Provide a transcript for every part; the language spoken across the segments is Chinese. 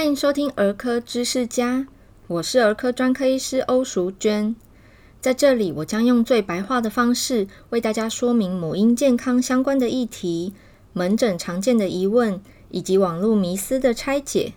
欢迎收听儿科知识家，我是儿科专科医师欧淑娟。在这里，我将用最白话的方式为大家说明母婴健康相关的议题、门诊常见的疑问以及网络迷思的拆解。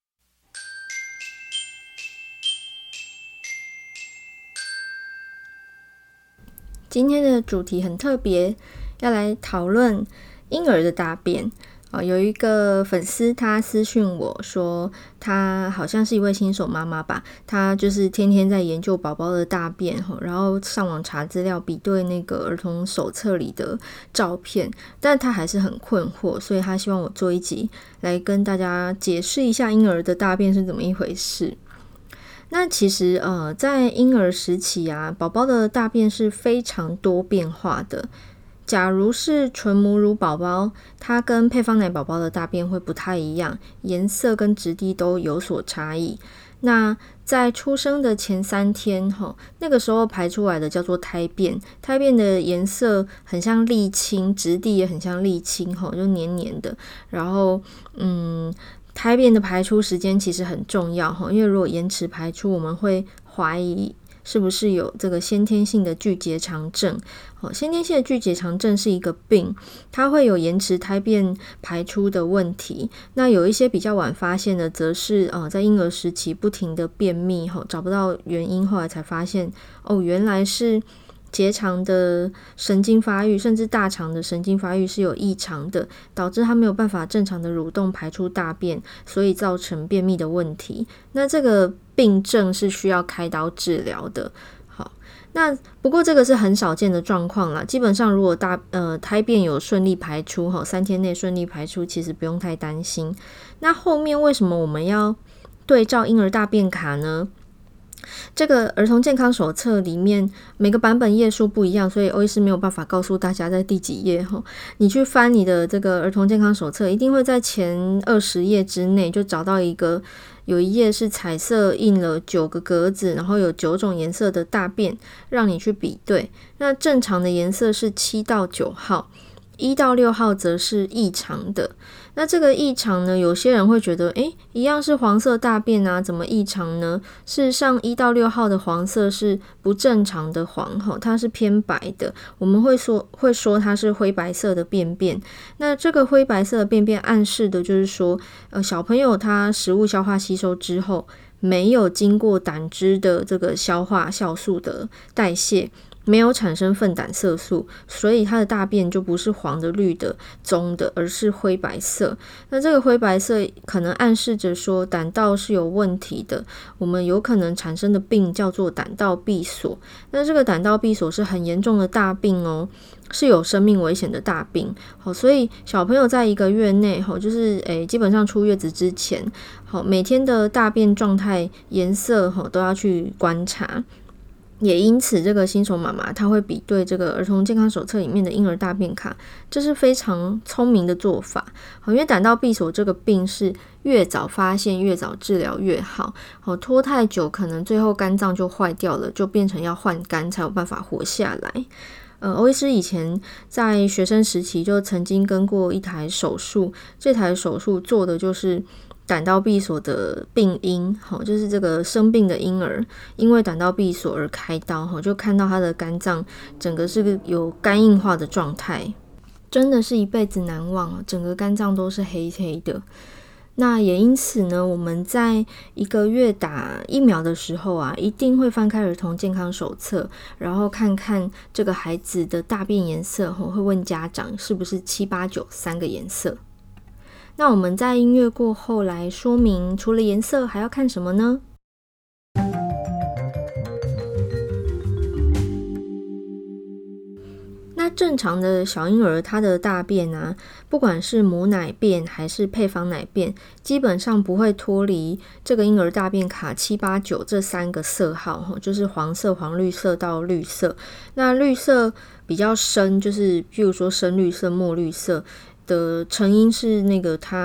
今天的主题很特别，要来讨论婴儿的大便。有一个粉丝他私讯我说，他好像是一位新手妈妈吧，他就是天天在研究宝宝的大便，然后上网查资料比对那个儿童手册里的照片，但他还是很困惑，所以他希望我做一集来跟大家解释一下婴儿的大便是怎么一回事。那其实在婴儿时期啊，宝宝的大便是非常多变化的。假如是纯母乳宝宝，它跟配方奶宝宝的大便会不太一样，颜色跟质地都有所差异。那在出生的前3天，那个时候排出来的叫做胎便，胎便的颜色很像沥青，质地也很像沥青，就黏黏的。然后胎便的排出时间其实很重要，因为如果延迟排出，我们会怀疑是不是有这个先天性的巨结肠症。先天性的巨结肠症是一个病，它会有延迟胎便排出的问题。那有一些比较晚发现的，则是在婴儿时期不停的便秘，找不到原因，后来才发现原来是结肠的神经发育，甚至大肠的神经发育是有异常的，导致它没有办法正常的蠕动排出大便，所以造成便秘的问题。那这个病症是需要开刀治疗的。好，那不过这个是很少见的状况啦，基本上如果胎便有顺利排出，3天内顺利排出，其实不用太担心。那后面为什么我们要对照婴儿大便卡呢？这个儿童健康手册里面每个版本页数不一样，所以欧医师没有办法告诉大家在第几页。你去翻你的这个儿童健康手册，一定会在前20页之内就找到有一页是彩色印了9个格子，然后有9种颜色的大便让你去比对。那正常的颜色是7到9号，1到6号则是异常的。那这个异常呢，有些人会觉得一样是黄色大便啊，怎么异常呢？事实上1到6号的黄色是不正常的黄，它是偏白的，我们会说它是灰白色的便便。那这个灰白色的便便暗示的就是说小朋友他食物消化吸收之后，没有经过胆汁的这个消化酵素的代谢，没有产生粪胆色素，所以它的大便就不是黄的、绿的、棕的，而是灰白色。那这个灰白色可能暗示着说胆道是有问题的，我们有可能产生的病叫做胆道闭锁。那这个胆道闭锁是很严重的大病哦，是有生命危险的大病。所以小朋友在1个月内，就是基本上出月子之前，每天的大便状态、颜色都要去观察。也因此这个新手妈妈她会比对这个儿童健康手册里面的婴儿大便卡，这是非常聪明的做法。因为胆道闭锁这个病是越早发现越早治疗越好，拖太久可能最后肝脏就坏掉了，就变成要换肝才有办法活下来。欧医师以前在学生时期就曾经跟过一台手术，这台手术做的就是胆道闭锁的病因，就是这个生病的婴儿因为胆道闭锁而开刀，就看到他的肝脏整个是有肝硬化的状态，真的是一辈子难忘，整个肝脏都是黑黑的。那也因此呢，我们在1个月打疫苗的时候啊，一定会翻开儿童健康手册，然后看看这个孩子的大便颜色，会问家长是不是7、8、9 3个颜色。那我们在音乐过后来说明，除了颜色还要看什么呢？那正常的小婴儿他的大便啊，不管是母奶便还是配方奶便，基本上不会脱离这个婴儿大便卡7、8、9这3个色号，就是黄色、黄绿色到绿色。那绿色比较深，就是譬如说深绿色、墨绿色的成因是那个它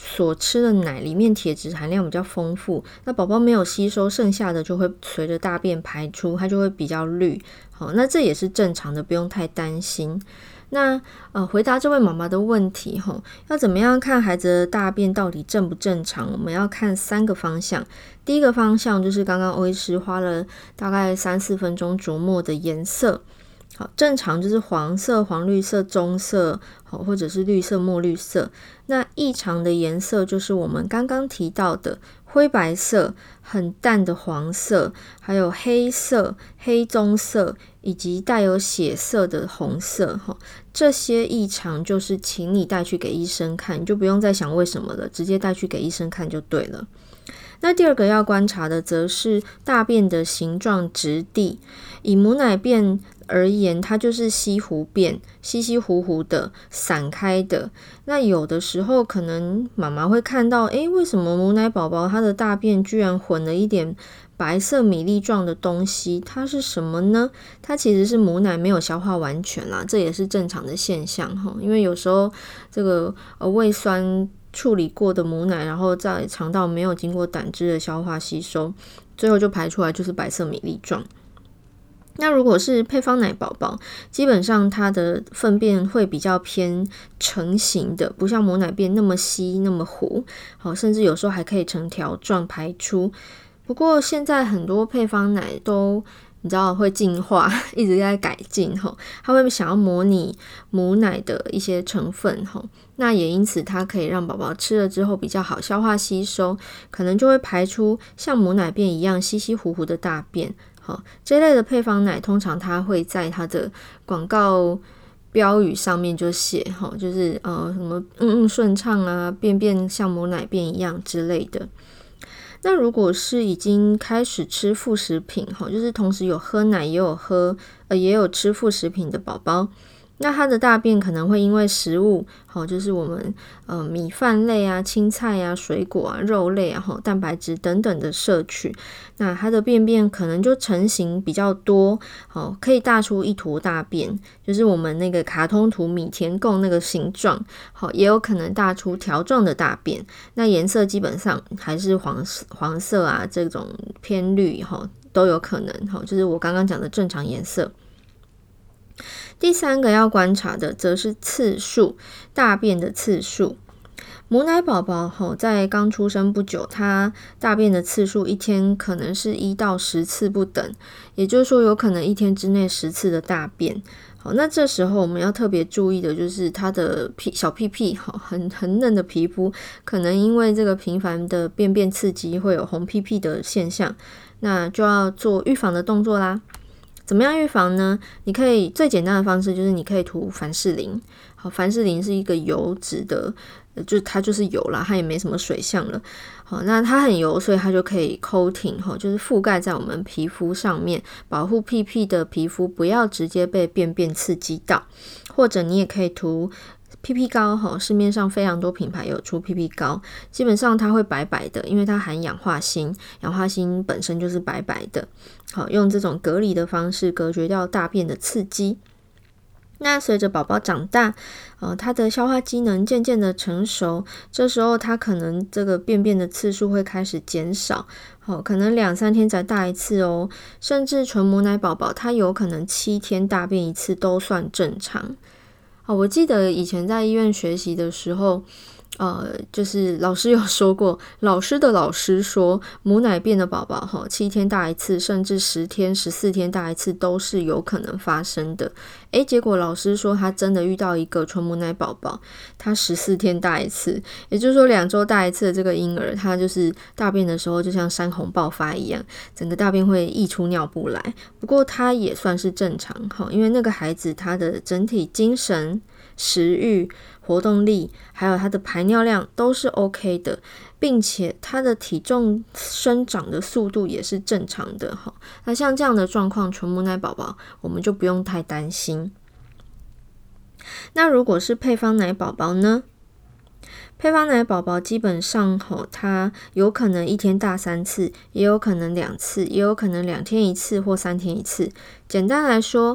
所吃的奶里面铁质含量比较丰富，那宝宝没有吸收，剩下的就会随着大便排出，它就会比较绿。好，那这也是正常的，不用太担心。那回答这位妈妈的问题要怎么样看孩子的大便到底正不正常？我们要看3个方向。第一个方向就是刚刚欧医师花了大概3-4分钟琢磨的颜色。好，正常就是黄色、黄绿色、棕色，或者是绿色、墨绿色。那异常的颜色就是我们刚刚提到的灰白色、很淡的黄色，还有黑色、黑棕色，以及带有血色的红色。这些异常就是请你带去给医生看，你就不用再想为什么了，直接带去给医生看就对了。那第二个要观察的则是大便的形状质地。以母奶便而言，它就是稀糊便，稀稀糊糊的，散开的。那有的时候可能妈妈会看到，为什么母奶宝宝它的大便居然混了一点白色米粒状的东西，它是什么呢？它其实是母奶没有消化完全啦，这也是正常的现象。因为有时候这个胃酸处理过的母奶，然后在肠道没有经过胆汁的消化吸收，最后就排出来就是白色米粒状。那如果是配方奶宝宝，基本上它的粪便会比较偏成型的，不像母奶便那么稀那么糊，甚至有时候还可以成条状排出。不过现在很多配方奶都你知道会进化，一直在改进，它会想要模拟母奶的一些成分，那也因此它可以让宝宝吃了之后比较好消化吸收，可能就会排出像母奶便一样稀稀糊糊的大便。这类的配方奶通常它会在它的广告标语上面就写，就是什么顺畅啊，便便像母奶便一样之类的。那如果是已经开始吃副食品，就是同时有喝奶也有吃副食品的宝宝，那他的大便可能会因为食物，就是我们米饭类啊、青菜啊、水果啊、肉类啊、蛋白质等等的摄取，那他的便便可能就成型比较多，可以大出一坨大便，就是我们那个卡通图米田共那个形状，也有可能大出条状的大便，那颜色基本上还是黄色啊，这种偏绿都有可能，就是我刚刚讲的正常颜色。第3个要观察的则是次数，大便的次数。母奶宝宝在刚出生不久，他大便的次数一天可能是1到10次不等，也就是说有可能一天之内10次的大便。那这时候我们要特别注意的就是他的小屁屁很嫩的皮肤，可能因为这个频繁的便便刺激会有红屁屁的现象，那就要做预防的动作啦。怎么样预防呢？你可以最简单的方式就是你可以涂凡士林。凡士林是一个油脂的，它就是油啦，它也没什么水相了。那它很油，所以它就可以 coating，就是覆盖在我们皮肤上面，保护屁屁的皮肤不要直接被便便刺激到。或者你也可以涂屁屁膏，市面上非常多品牌有出屁屁膏，基本上它会白白的，因为它含氧化锌，氧化锌本身就是白白的。用这种隔离的方式隔绝掉大便的刺激。那随着宝宝长大，他的消化机能渐渐的成熟，这时候他可能这个便便的次数会开始减少，可能2-3天才大一次哦，甚至纯母奶宝宝他有可能7天大便一次都算正常。我记得以前在医院学习的时候，就是老师有说过，老师的老师说母奶便的宝宝7天大一次，甚至10天、14天大一次都是有可能发生的。结果老师说他真的遇到一个纯母奶宝宝，他14天大一次，也就是说2周大一次的这个婴儿，他就是大便的时候就像山洪爆发一样，整个大便会溢出尿布来。不过他也算是正常，因为那个孩子他的整体精神、食欲、活动力还有他的排尿量都是 OK 的，并且他的体重生长的速度也是正常的。那像这样的状况，纯母奶宝宝我们就不用太担心。那如果是配方奶宝宝呢？配方奶宝宝基本上它有可能一天大3次，也有可能2次，也有可能2天1次或3天1次。简单来说，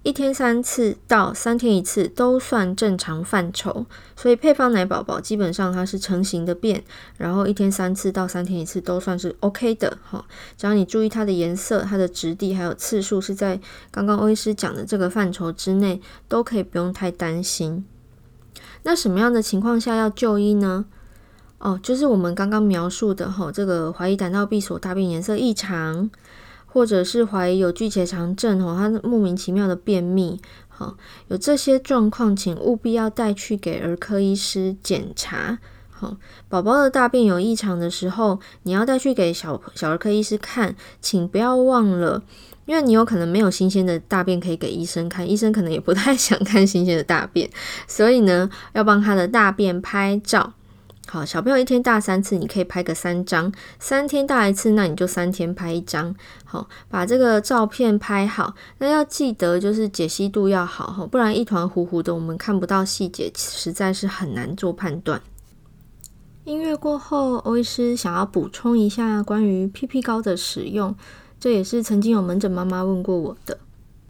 1天3次到3天1次都算正常范畴，所以配方奶宝宝基本上它是成型的便，然后1天3次到3天1次都算是 OK 的只要你注意它的颜色、它的质地还有次数是在刚刚欧医师讲的这个范畴之内，都可以不用太担心。那什么样的情况下要就医呢？就是我们刚刚描述的这个怀疑胆道闭锁大便颜色异常，或者是怀疑有巨结肠症它莫名其妙的便秘有这些状况，请务必要带去给儿科医师检查。宝宝的大便有异常的时候，你要带去给小儿科医师看，请不要忘了，因为你有可能没有新鲜的大便可以给医生看，医生可能也不太想看新鲜的大便，所以呢，要帮他的大便拍照。好，小朋友1天大3次，你可以拍个3张，3天大1次，那你就3天拍1张。好，把这个照片拍好，那要记得就是解析度要好不然一团糊糊的，我们看不到细节，实在是很难做判断。音乐过后，欧医师想要补充一下关于屁屁膏的使用，这也是曾经有门诊妈妈问过我的。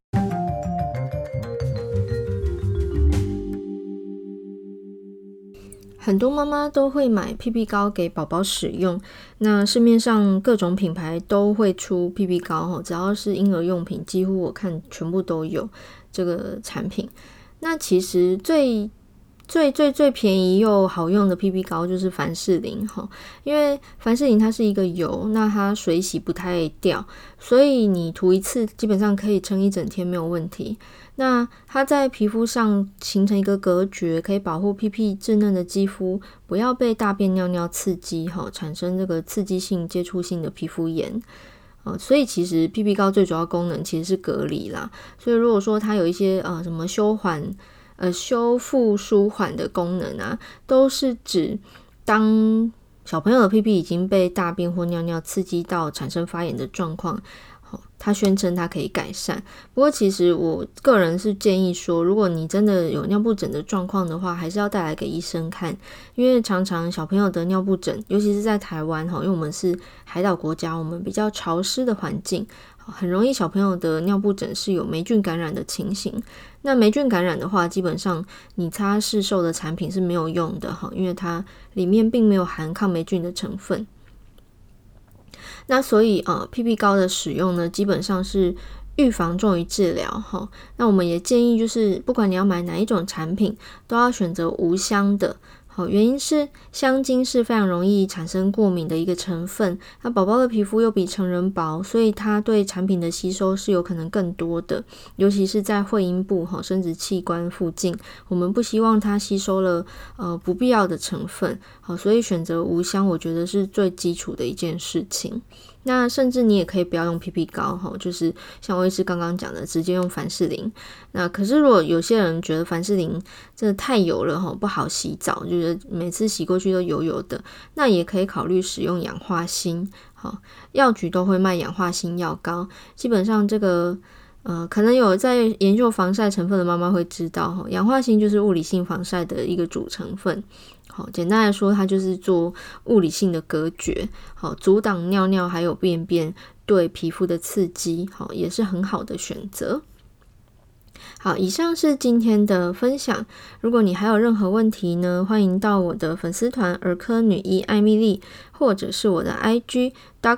很多妈妈都会买屁屁膏给宝宝使用，那市面上各种品牌都会出屁屁膏只要是婴儿用品，几乎我看全部都有这个产品。那其实最便宜又好用的屁屁膏就是凡士林因为凡士林它是一个油，那它水洗不太掉，所以你涂一次基本上可以撑1整天没有问题。那它在皮肤上形成一个隔绝，可以保护屁屁稚嫩的肌肤不要被大便尿尿刺激产生这个刺激性接触性的皮肤炎所以其实屁屁膏最主要功能其实是隔离啦。所以如果说它有一些什么修复舒缓的功能都是指当小朋友的屁屁已经被大便或尿尿刺激到产生发炎的状况，他宣称它可以改善。不过其实我个人是建议说，如果你真的有尿布疹的状况的话，还是要带来给医生看，因为常常小朋友得尿布疹，尤其是在台湾因为我们是海岛国家，我们比较潮湿的环境，很容易小朋友的尿布疹是有霉菌感染的情形。那霉菌感染的话，基本上你擦市售的产品是没有用的因为它里面并没有含抗霉菌的成分。那所以屁屁膏的使用呢，基本上是预防重于治疗那我们也建议就是不管你要买哪一种产品，都要选择无香的原因是香精是非常容易产生过敏的一个成分，那宝宝的皮肤又比成人薄，所以它对产品的吸收是有可能更多的，尤其是在会阴部生殖器官附近，我们不希望它吸收了不必要的成分所以选择无香我觉得是最基础的一件事情。那甚至你也可以不要用屁屁膏就是像我也是刚刚讲的，直接用凡士林。那可是如果有些人觉得凡士林真的太油了不好洗澡，就是每次洗过去都油油的，那也可以考虑使用氧化锌药局都会卖氧化锌药膏。基本上这个可能有在研究防晒成分的妈妈会知道氧化锌就是物理性防晒的一个主成分。简单来说，它就是做物理性的隔绝阻挡尿尿还有便便对皮肤的刺激也是很好的选择。好，以上是今天的分享。如果你还有任何问题呢，欢迎到我的粉丝团儿科女医艾蜜莉，或者是我的 IG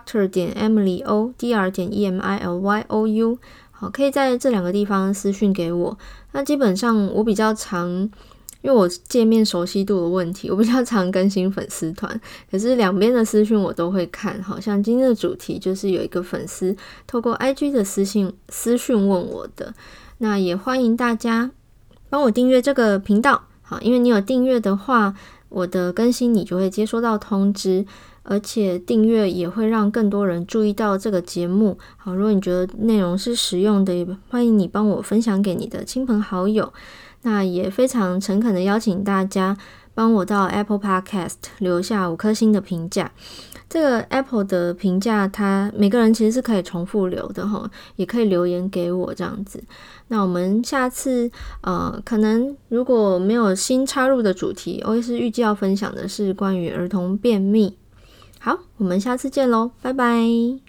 Dr.EmilyO Dr.EmilyOU 好，可以在这2个地方私讯给我。那基本上我比较常，因为我界面熟悉度的问题，我比较常更新粉丝团，可是两边的私讯我都会看。好像今天的主题就是有一个粉丝透过 IG 的私讯问我的，那也欢迎大家帮我订阅这个频道。好，因为你有订阅的话，我的更新你就会接收到通知，而且订阅也会让更多人注意到这个节目。好，如果你觉得内容是实用的，也欢迎你帮我分享给你的亲朋好友。那也非常诚恳的邀请大家帮我到 Apple Podcast 留下5颗星的评价。这个 Apple 的评价它每个人其实是可以重复留的也可以留言给我这样子。那我们下次可能如果没有新插入的主题，我也是预计要分享的是关于儿童便秘。好，我们下次见咯，拜拜。